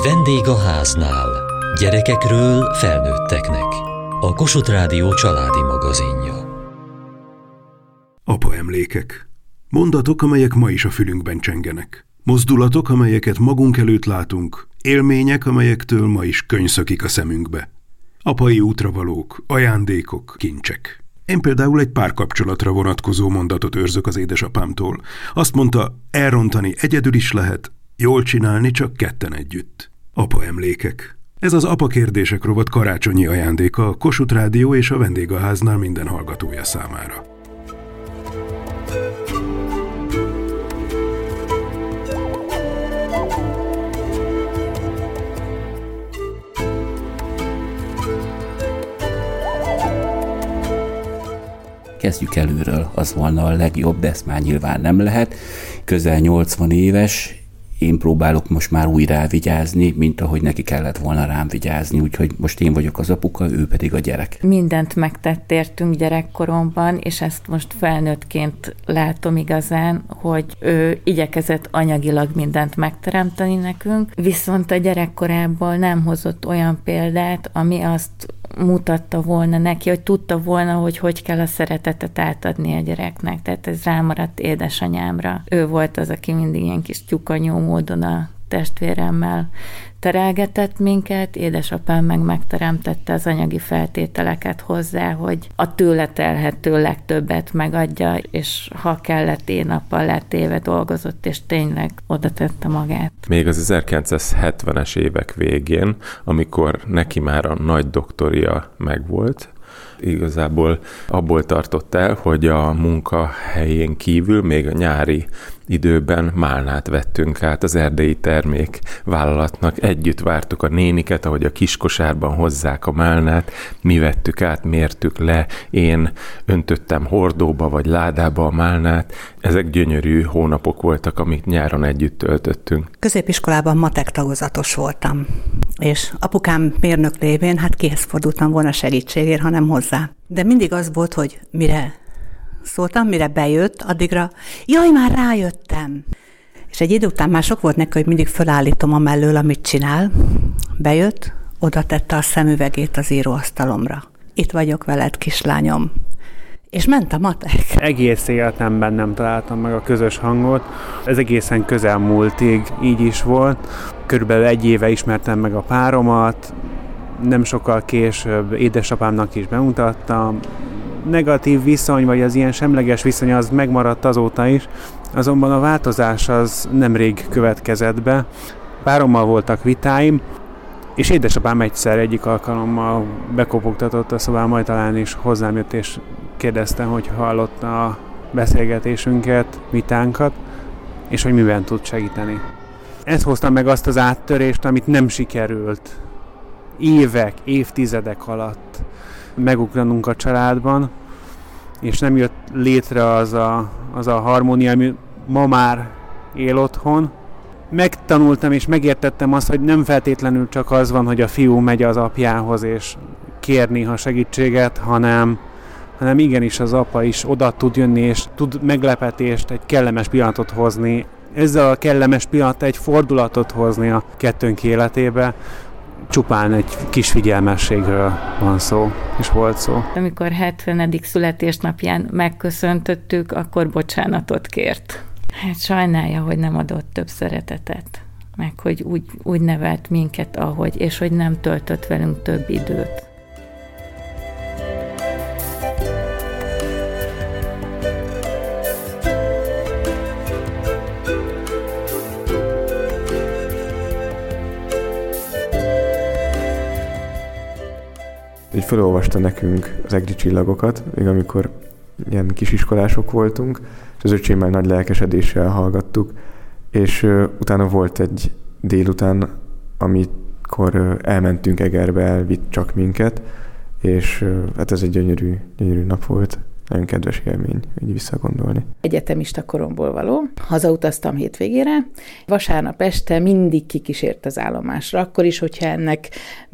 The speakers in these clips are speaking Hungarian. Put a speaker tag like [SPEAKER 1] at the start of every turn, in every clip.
[SPEAKER 1] Vendég a háznál. Gyerekekről felnőtteknek. A Kossuth Rádió családi magazinja.
[SPEAKER 2] Apa emlékek. Mondatok, amelyek ma is a fülünkben csengenek. Mozdulatok, amelyeket magunk előtt látunk. Élmények, amelyektől ma is könny szökik a szemünkbe. Apai útravalók, ajándékok, kincsek. Én például egy párkapcsolatra vonatkozó mondatot őrzök az édesapámtól. Azt mondta, elrontani egyedül is lehet, jól csinálni csak ketten együtt. Apa emlékek. Ez az Apa kérdések rovat karácsonyi ajándéka a Kossuth Rádió és a Vendég a háznál minden hallgatója számára.
[SPEAKER 3] Kezdjük előről, az volna a legjobb, de ezt már nyilván nem lehet. Közel 80 éves, én próbálok most már újra elvigyázni, mint ahogy neki kellett volna rám vigyázni, úgyhogy most én vagyok az apuka, ő pedig a gyerek.
[SPEAKER 4] Mindent megtett értünk gyerekkoromban, és ezt most felnőttként látom igazán, hogy ő igyekezett anyagilag mindent megteremteni nekünk, viszont a gyerekkorából nem hozott olyan példát, ami azt mutatta volna neki, hogy tudta volna, hogy kell a szeretetet átadni a gyereknek. Tehát ez rámaradt édesanyámra. Ő volt az, aki mindig ilyen kis tyukanyó módon a testvéremmel terelgetett minket, édesapám meg megteremtette az anyagi feltételeket hozzá, hogy a tőle telhető legtöbbet megadja, és ha kellett, éjnappal letéve dolgozott, és tényleg oda tette magát.
[SPEAKER 5] Még az 1970-es évek végén, amikor neki már a nagy doktoria megvolt, igazából abból tartott el, hogy a munkahelyén kívül még a nyári időben málnát vettünk át az erdélyi termék vállalatnak. Együtt vártuk a néniket, ahogy a kiskosárban hozzák a málnát, mi vettük át, mértük le, én öntöttem hordóba vagy ládába a málnát. Ezek gyönyörű hónapok voltak, amit nyáron együtt töltöttünk.
[SPEAKER 6] Középiskolában matek tagozatos voltam, és apukám mérnök lévén, kihez fordultam volna segítségért, hanem hozzá. De mindig az volt, hogy mire szóltam, mire bejött, addigra, jaj, már rájöttem. És egy idő után már sok volt neki, hogy mindig fölállítom a mellől, amit csinál. Bejött, oda tette a szemüvegét az íróasztalomra. Itt vagyok veled, kislányom. És ment a matek.
[SPEAKER 7] Egész életemben nem találtam meg a közös hangot. Ez egészen közelmúltig így is volt. Körülbelül 1 éve ismertem meg a páromat, nem sokkal később édesapámnak is bemutattam. Negatív viszony, vagy az ilyen semleges viszony az megmaradt azóta is, azonban a változás az nemrég következett be. Párommal voltak vitáim, és édesapám egyszer egyik alkalommal bekopogtatott a szobába, majd talán is hozzám jött, és kérdezte, hogy hallotta a beszélgetésünket, vitánkat, és hogy miben tud segíteni. Ez hozta meg azt az áttörést, amit nem sikerült évek, évtizedek alatt megugranunk a családban, és nem jött létre az a harmónia, ami ma már él otthon. Megtanultam és megértettem azt, hogy nem feltétlenül csak az van, hogy a fiú megy az apjához és kér néha segítséget, hanem igenis az apa is oda tud jönni, és tud meglepetést, egy kellemes pillanatot hozni. Ezzel a kellemes pillanat egy fordulatot hozni a kettőnk életébe. Csupán egy kis figyelmességről van szó, és volt szó.
[SPEAKER 4] Amikor 70. születésnapján megköszöntöttük, akkor bocsánatot kért. Sajnálja, hogy nem adott több szeretetet, meg hogy úgy nevelt minket, ahogy, és hogy nem töltött velünk több időt.
[SPEAKER 8] Így felolvasta nekünk az egri csillagokat, még amikor ilyen kisiskolások voltunk, és az öcsémmel nagy lelkesedéssel hallgattuk, és utána volt egy délután, amikor elmentünk Egerbe, elvitt csak minket, és hát ez egy gyönyörű nap volt. Nagyon kedves élmény, így visszagondolni.
[SPEAKER 9] Egyetemista koromból való. Hazautaztam hétvégére. Vasárnap este mindig kikísért az állomásra, akkor is, hogyha ennek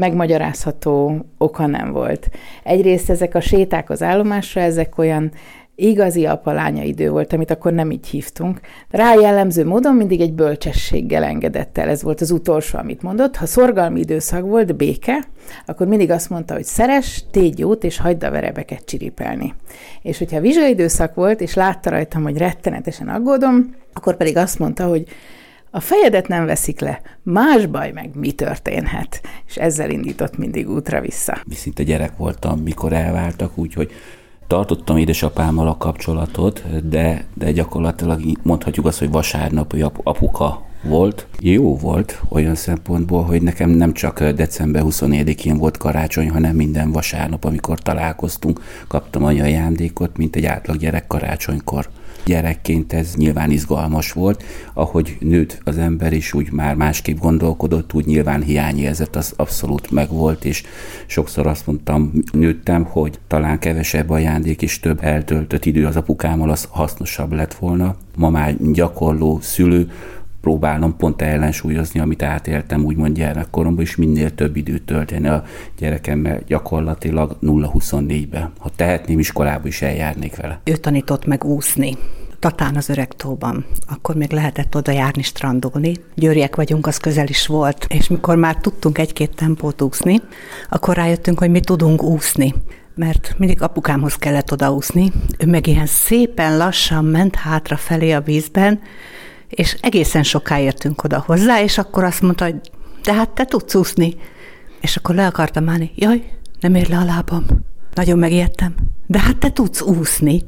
[SPEAKER 9] megmagyarázható oka nem volt. Egyrészt ezek a séták az állomásra, ezek olyan igazi apa-lánya idő volt, amit akkor nem így hívtunk. Rá jellemző módon mindig egy bölcsességgel engedett el. Ez volt az utolsó, amit mondott. Ha szorgalmi időszak volt, béke, akkor mindig azt mondta, hogy szeress, tégy jót, és hagyd a verebeket csiripelni. És hogyha vizsgai időszak volt, és látta rajtam, hogy rettenetesen aggódom, akkor pedig azt mondta, hogy a fejedet nem veszik le, más baj meg mi történhet. És ezzel indított mindig útra vissza.
[SPEAKER 3] Szinte gyerek voltam, mikor elváltak, úgyhogy tartottam édesapámmal a kapcsolatot, de gyakorlatilag mondhatjuk azt, hogy vasárnapi apuka volt. Jó volt olyan szempontból, hogy nekem nem csak december 24-én volt karácsony, hanem minden vasárnap, amikor találkoztunk, kaptam annyi ajándékot, mint egy átlag gyerek karácsonykor. Gyerekként ez nyilván izgalmas volt, ahogy nőtt az ember is, úgy már másképp gondolkodott, úgy nyilván hiányérzet az abszolút megvolt, és sokszor azt mondtam, nőttem, hogy talán kevesebb ajándék és több eltöltött idő az apukámmal, az hasznosabb lett volna. Ma már gyakorló szülő, próbálom pont ellensúlyozni, amit átéltem úgymond gyermekkoromban, és minél több időt tölteni a gyerekemmel, gyakorlatilag 0-24-ben. Ha tehetném, iskolába is eljárnék vele.
[SPEAKER 6] Ő tanított meg úszni. Tatán az Öregtóban. Akkor még lehetett oda járni, strandolni. Győriek vagyunk, az közel is volt. És mikor már tudtunk egy-két tempót úszni, akkor rájöttünk, hogy mi tudunk úszni. Mert mindig apukámhoz kellett odaúszni. Ő meg ilyen szépen lassan ment hátrafelé a vízben, és egészen soká értünk oda hozzá, és akkor azt mondta, hogy de hát te tudsz úszni. És akkor le akartam állni. Jaj, nem ér le a lábam. Nagyon megijedtem. De hát te tudsz úszni.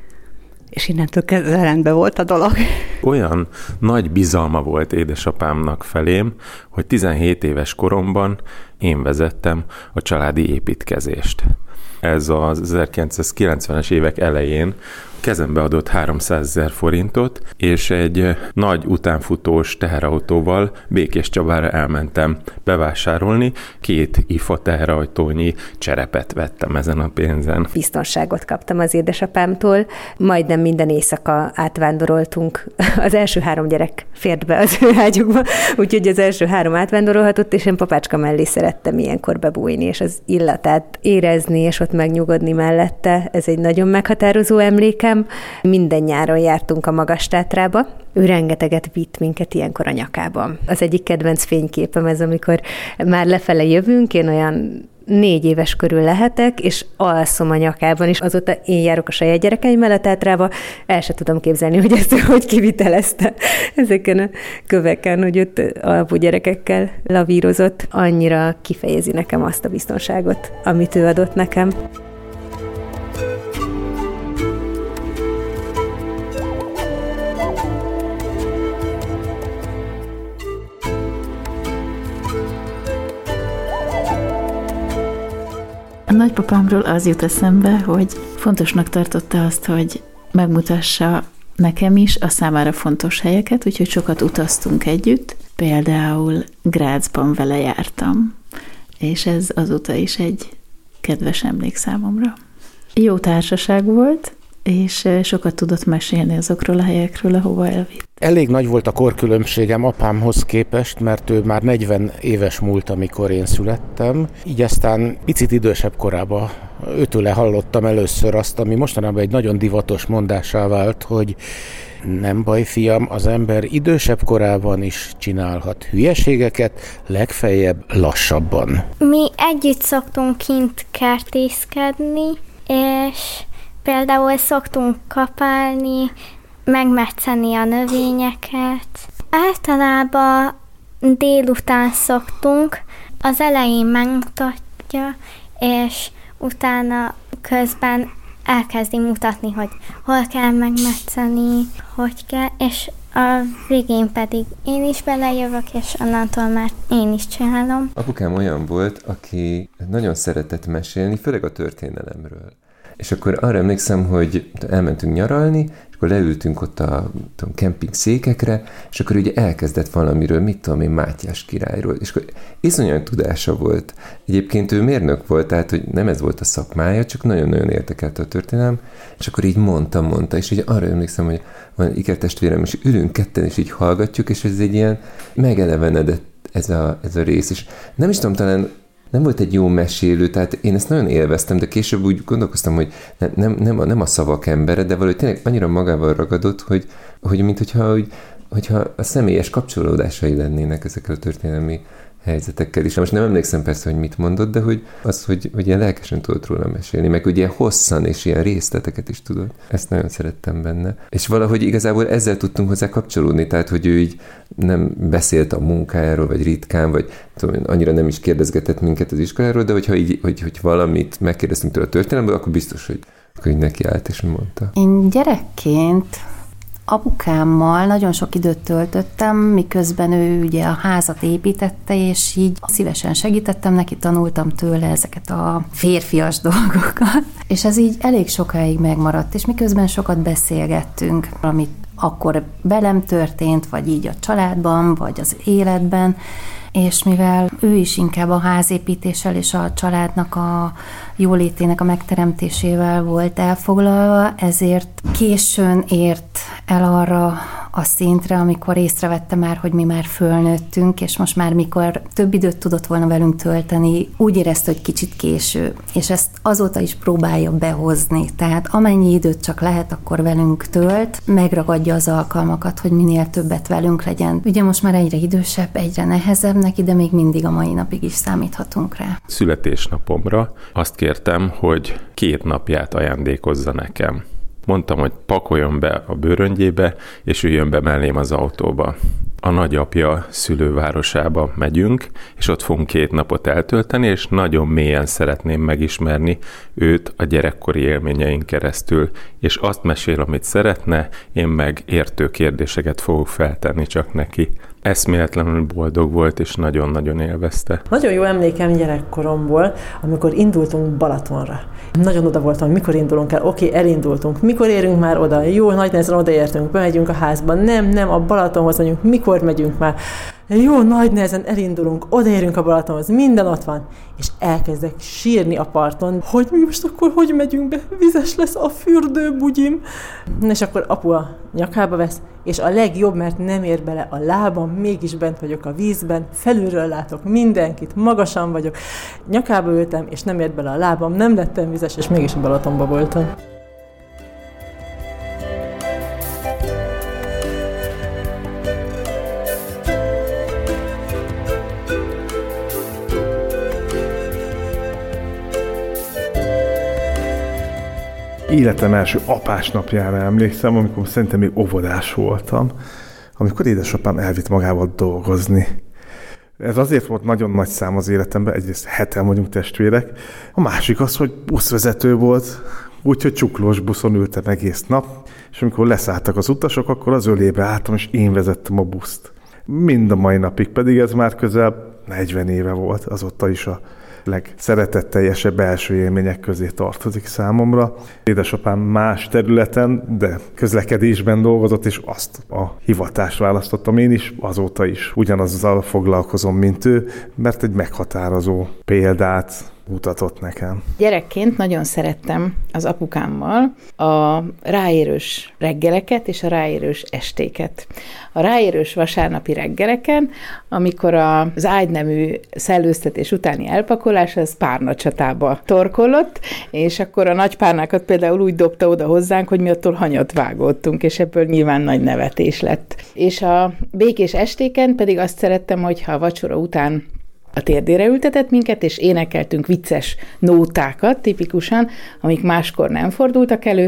[SPEAKER 6] És innentől kezdve rendben volt a dolog.
[SPEAKER 5] Olyan nagy bizalma volt édesapámnak felém, hogy 17 éves koromban én vezettem a családi építkezést. Ez az 1990-es évek elején kezembe adott 300 000 forintot, és egy nagy utánfutós teherautóval Békéscsabára elmentem bevásárolni. 2 IFA teherautónyi cserepet vettem ezen a pénzen.
[SPEAKER 10] Biztonságot kaptam az édesapámtól. Majdnem minden éjszaka átvándoroltunk. Az első 3 gyerek fért be az ő ágyukba, úgyhogy az első 3 átvándorolhatott, és én papácska mellé szerettem ilyenkor bebújni, és az illatát érezni, és ott megnyugodni mellette. Ez egy nagyon meghatározó emlékem. Minden nyáron jártunk a Magastátrába. Ő rengeteget vitt minket ilyenkor a nyakában. Az egyik kedvenc fényképem ez, amikor már lefele jövünk, én olyan 4 éves körül lehetek, és alszom a nyakában, és azóta én járok a saját gyerekeimmel a Tátrába, el se tudom képzelni, hogy ezt hogy kivitelezte ezeken a köveken, hogy ott alapú gyerekekkel lavírozott. Annyira kifejezi nekem azt a biztonságot, amit ő adott nekem.
[SPEAKER 4] A nagypapámról az jut eszembe, hogy fontosnak tartotta azt, hogy megmutassa nekem is a számára fontos helyeket, úgyhogy sokat utaztunk együtt. Például Grazban vele jártam, és ez azóta is egy kedves emlék számomra. Jó társaság volt, és sokat tudott mesélni azokról a helyekről, ahova elvitt.
[SPEAKER 11] Elég nagy volt a korkülönbségem apámhoz képest, mert ő már 40 éves múlt, amikor én születtem. Így aztán picit idősebb korában őtőle hallottam először azt, ami mostanában egy nagyon divatos mondássá vált, hogy nem baj, fiam, az ember idősebb korában is csinálhat hülyeségeket, legfeljebb lassabban.
[SPEAKER 12] Mi együtt szoktunk kint kertészkedni, és például szoktunk kapálni, megmetszeni a növényeket. Általában délután szoktunk, az elején megmutatja, és utána közben elkezdi mutatni, hogy hol kell megmetszeni, hogy kell, és a végén pedig én is belejövök, és onnantól már én is csinálom.
[SPEAKER 13] Apukám olyan volt, aki nagyon szeretett mesélni, főleg a történelemről. És akkor arra emlékszem, hogy elmentünk nyaralni, és akkor leültünk ott a kemping székekre, és akkor ugye elkezdett valamiről, mit tudom én, Mátyás királyról, és akkor iszonyat tudása volt. Egyébként ő mérnök volt, tehát hogy nem ez volt a szakmája, csak nagyon-nagyon érdekelte a történelem, és akkor így mondta, és ugye arra emlékszem, hogy van ikertestvérem, és ülünk ketten, és így hallgatjuk, és ez egy ilyen megelevenedett ez a rész, és nem is tudom, talán nem volt egy jó mesélő, tehát én ezt nagyon élveztem, de később úgy gondolkoztam, hogy nem a szavak embere, de valahogy tényleg annyira magával ragadott, hogy hogyha a személyes kapcsolódásai lennének ezekkel a történelmi helyzetekkel is. Most nem emlékszem persze, hogy mit mondott, de hogy ilyen lelkesen tudott róla mesélni, meg ugye hosszan és ilyen részleteket is tudott. Ezt nagyon szerettem benne. És valahogy igazából ezzel tudtunk hozzá kapcsolódni, tehát hogy ő így nem beszélt a munkájáról, vagy ritkán, vagy tudom, annyira nem is kérdezgetett minket az iskoláról, de hogy valamit megkérdeztünk tőle a történelemből, akkor biztos, hogy akkor így neki állt és mondta.
[SPEAKER 14] Én gyerekként apukámmal nagyon sok időt töltöttem, miközben ő ugye a házat építette, és így szívesen segítettem neki, tanultam tőle ezeket a férfias dolgokat, és ez így elég sokáig megmaradt, és miközben sokat beszélgettünk, amit akkor velem történt, vagy így a családban, vagy az életben, és mivel ő is inkább a házépítéssel és a családnak a jólétének a megteremtésével volt elfoglalva, ezért későn ért el arra a szintre, amikor észrevette már, hogy mi már fölnőttünk, és most már mikor több időt tudott volna velünk tölteni, úgy érezte, hogy kicsit késő, és ezt azóta is próbálja behozni. Tehát amennyi időt csak lehet, akkor velünk tölt, megragadja az alkalmakat, hogy minél többet velünk legyen. Ugye most már egyre idősebb, egyre nehezebb neki, de még mindig a mai napig is számíthatunk rá.
[SPEAKER 5] Születésnapomra azt kértem, hogy 2 napját ajándékozza nekem. Mondtam, hogy pakoljon be a bőröngyébe, és üljön be mellém az autóba. A nagyapja szülővárosába megyünk, és ott fogunk 2 napot eltölteni, és nagyon mélyen szeretném megismerni őt a gyerekkori élményeink keresztül, és azt mesél, amit szeretne, én meg értő kérdéseket fogok feltenni csak neki. Eszméletlenül boldog volt, és nagyon-nagyon élvezte.
[SPEAKER 15] Nagyon jó emlékem gyerekkoromból, amikor indultunk Balatonra. Nagyon oda voltam, hogy mikor indulunk el. Oké, elindultunk. Mikor érünk már oda? Jó, nagy nehezen odaértünk, bemegyünk a házba. Nem, a Balatonhoz megyünk. Mikor megyünk már? Jó, nagy nehezen elindulunk, odaérünk a Balatonhoz, minden ott van, és elkezdek sírni a parton, hogy mi most akkor hogy megyünk be, vizes lesz a fürdőbugyim. És akkor apu a nyakába vesz, és a legjobb, mert nem ér bele a lábam, mégis bent vagyok a vízben, felülről látok mindenkit, magasan vagyok, nyakába ültem, és nem ért bele a lábam, nem lettem vizes, és mégis a Balatonba voltam.
[SPEAKER 16] Életem első apásnapjára emlékszem, amikor szerintem még óvodás voltam, amikor édesapám elvitt magával dolgozni. Ez azért volt nagyon nagy szám az életemben, egyrészt 7-en vagyunk testvérek, a másik az, hogy buszvezető volt, úgyhogy csuklós buszon ültem egész nap, és amikor leszálltak az utasok, akkor az ölébe álltam, és én vezettem a buszt. Mind a mai napig, pedig ez már közel 40 éve volt, azóta is a legszeretetteljesebb első élmények közé tartozik számomra. Édesapám más területen, de közlekedésben dolgozott, és azt a hivatást választottam én is, azóta is ugyanazzal foglalkozom, mint ő, mert egy meghatározó példát mutatott nekem.
[SPEAKER 9] Gyerekként nagyon szerettem az apukámmal a ráérős reggeleket és a ráérős estéket. A ráérős vasárnapi reggeleken, amikor az ágynemű szellőztetés utáni elpakolás, az párnacsatába torkolott, és akkor a nagypárnákat például úgy dobta oda hozzánk, hogy mi attól hanyat vágódtunk, és ebből nyilván nagy nevetés lett. És a békés estéken pedig azt szerettem, hogyha a vacsora után a térdére ültetett minket, és énekeltünk vicces nótákat, tipikusan, amik máskor nem fordultak elő,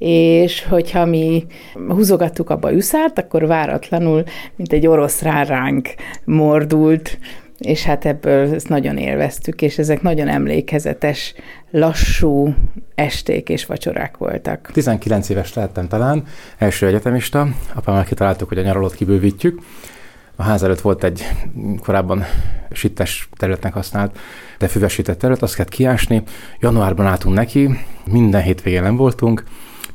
[SPEAKER 9] és hogyha mi húzogattuk abba Üszárt, akkor váratlanul, mint egy oroszlán ránk mordult, és hát ebből ezt nagyon élveztük, és ezek nagyon emlékezetes, lassú esték és vacsorák voltak.
[SPEAKER 17] 19 éves lehettem talán, első egyetemista, apámmal kitaláltuk, hogy a nyaralót kibővítjük. A ház előtt volt egy korábban sittes területnek használt, de füvesített terület, azt kellett kiásni. Januárban álltunk neki, minden hétvégén nem voltunk,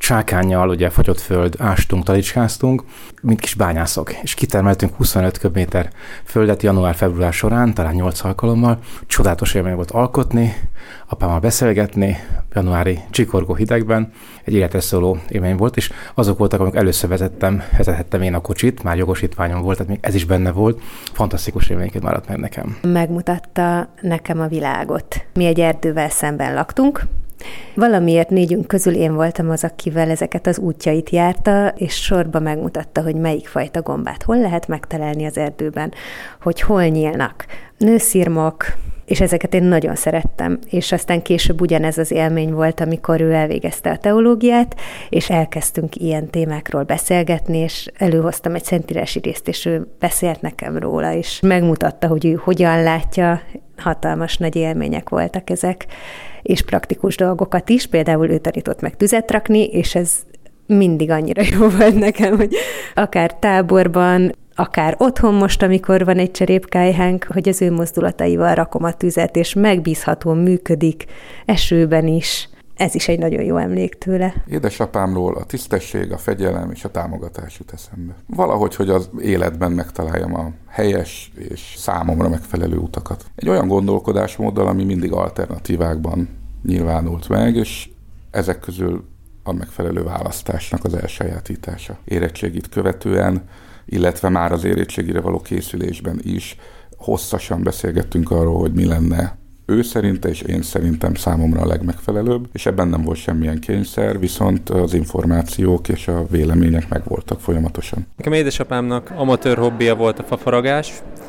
[SPEAKER 17] csákánnyal, ugye fagyott föld, ástunk, talicskáztunk, mint kis bányászok, és kitermeltünk 25 köbméter földet január-február során, talán 8 alkalommal. Csodálatos élmény volt alkotni, apámmal beszélgetni, januári csikorgó hidegben. Egy életre szóló élmény volt, és azok voltak, amik először vezethettem én a kocsit, már jogosítványom volt, tehát még ez is benne volt. Fantasztikus élményeket maradt meg nekem.
[SPEAKER 10] Megmutatta nekem a világot. Mi egy erdővel szemben laktunk, valamiért 4 közül én voltam az, akivel ezeket az útjait járta, és sorba megmutatta, hogy melyik fajta gombát hol lehet megtalálni az erdőben, hogy hol nyílnak nőszirmok, és ezeket én nagyon szerettem. És aztán később ugyanez az élmény volt, amikor ő elvégezte a teológiát, és elkezdtünk ilyen témákról beszélgetni, és előhoztam egy szentírási részt, és ő beszélt nekem róla, és megmutatta, hogy ő hogyan látja, hatalmas nagy élmények voltak ezek, és praktikus dolgokat is, például ő tanított meg tüzet rakni, és ez mindig annyira jó volt nekem, hogy akár táborban, akár otthon most, amikor van egy cserépkályhánk, hogy az ő mozdulataival rakom a tüzet, és megbízhatóan működik, esőben is. Ez is egy nagyon jó emlék tőle.
[SPEAKER 18] Édesapámról a tisztesség, a fegyelem és a támogatás jut eszembe. Valahogy, hogy az életben megtaláljam a helyes és számomra megfelelő utakat. Egy olyan gondolkodásmóddal, ami mindig alternatívákban nyilvánult meg, és ezek közül a megfelelő választásnak az elsajátítása. Érettségit követően, illetve már az érettségire való készülésben is hosszasan beszélgettünk arról, hogy mi lenne ő szerinte és én szerintem számomra a legmegfelelőbb, és ebben nem volt semmilyen kényszer, viszont az információk és a vélemények megvoltak folyamatosan.
[SPEAKER 19] Nekem édesapámnak amatőr hobbija volt a fafaragás,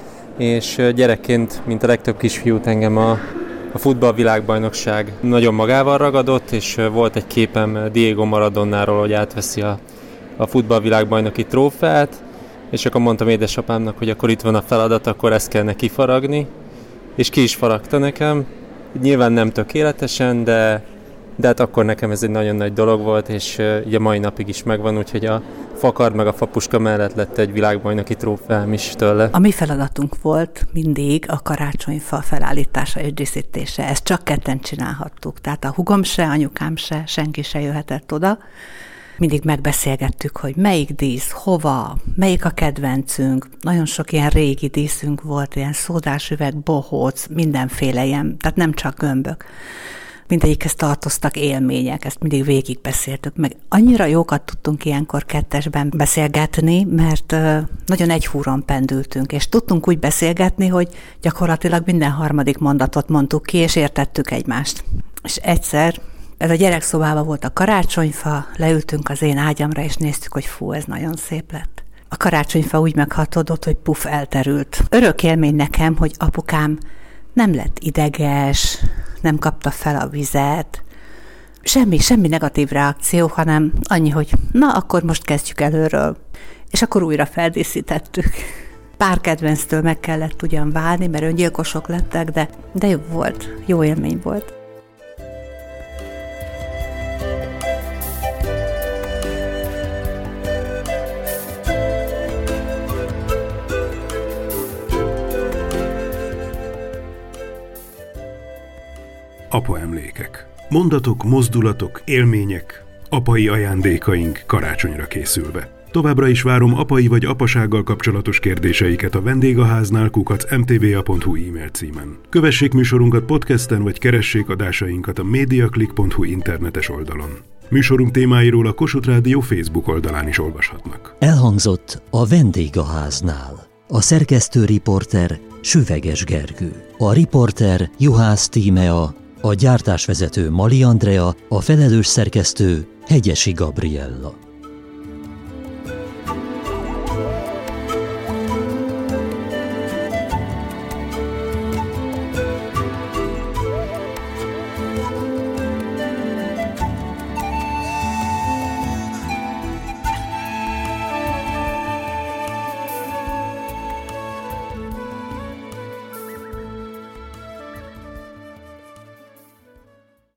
[SPEAKER 19] és gyerekként, mint a legtöbb kisfiút, engem a futballvilágbajnokság nagyon magával ragadott, és volt egy képem Diego Maradonnáról, hogy átveszi a futballvilágbajnoki trófeát, és akkor mondtam édesapámnak, hogy akkor itt van a feladat, akkor ezt kell neki faragni, és ki is faragta nekem. Nyilván nem tökéletesen, de hát akkor nekem ez egy nagyon nagy dolog volt, és ugye mai napig is megvan, úgyhogy a fakard meg a fapuska mellett lett egy világbajnoki trófeám is tőle.
[SPEAKER 6] A mi feladatunk volt mindig a karácsonyfa felállítása és díszítése. Ezt csak ketten csinálhattuk. Tehát a hugom se, anyukám se, senki se jöhetett oda. Mindig megbeszélgettük, hogy melyik dísz, hova, melyik a kedvencünk. Nagyon sok ilyen régi díszünk volt, ilyen szódás üveg, bohóc, mindenféle ilyen, tehát nem csak gömbök. Mindegyikhez tartoztak élmények, ezt mindig végigbeszéltük, meg annyira jókat tudtunk ilyenkor kettesben beszélgetni, mert nagyon egy húron pendültünk, és tudtunk úgy beszélgetni, hogy gyakorlatilag minden harmadik mondatot mondtuk ki, és értettük egymást. És egyszer ez a gyerekszobában volt a karácsonyfa, leültünk az én ágyamra, és néztük, hogy fú, ez nagyon szép lett. A karácsonyfa úgy meghatódott, hogy puf, elterült. Örök élmény nekem, hogy apukám nem lett ideges, nem kapta fel a vizet, semmi negatív reakció, hanem annyi, hogy na, akkor most kezdjük előről. És akkor újra feldíszítettük. Pár kedvenctől meg kellett ugyan válni, mert öngyilkosok lettek, de jó volt, jó élmény volt.
[SPEAKER 2] Apa emlékek. Mondatok, mozdulatok, élmények, apai ajándékaink karácsonyra készülve. Továbbra is várom apai vagy apasággal kapcsolatos kérdéseiket a vendégháznál @mtva.hu e-mail címen. Kövessék műsorunkat podcasten, vagy keressék adásainkat a mediaclick.hu internetes oldalon. Műsorunk témáiról a Kossuth Rádió Facebook oldalán is olvashatnak.
[SPEAKER 1] Elhangzott a vendégháznál. A szerkesztő riporter Süveges Gergő. A riporter Juhász Tímea, a gyártásvezető Mali Andrea, a felelős szerkesztő Hegyesi Gabriella.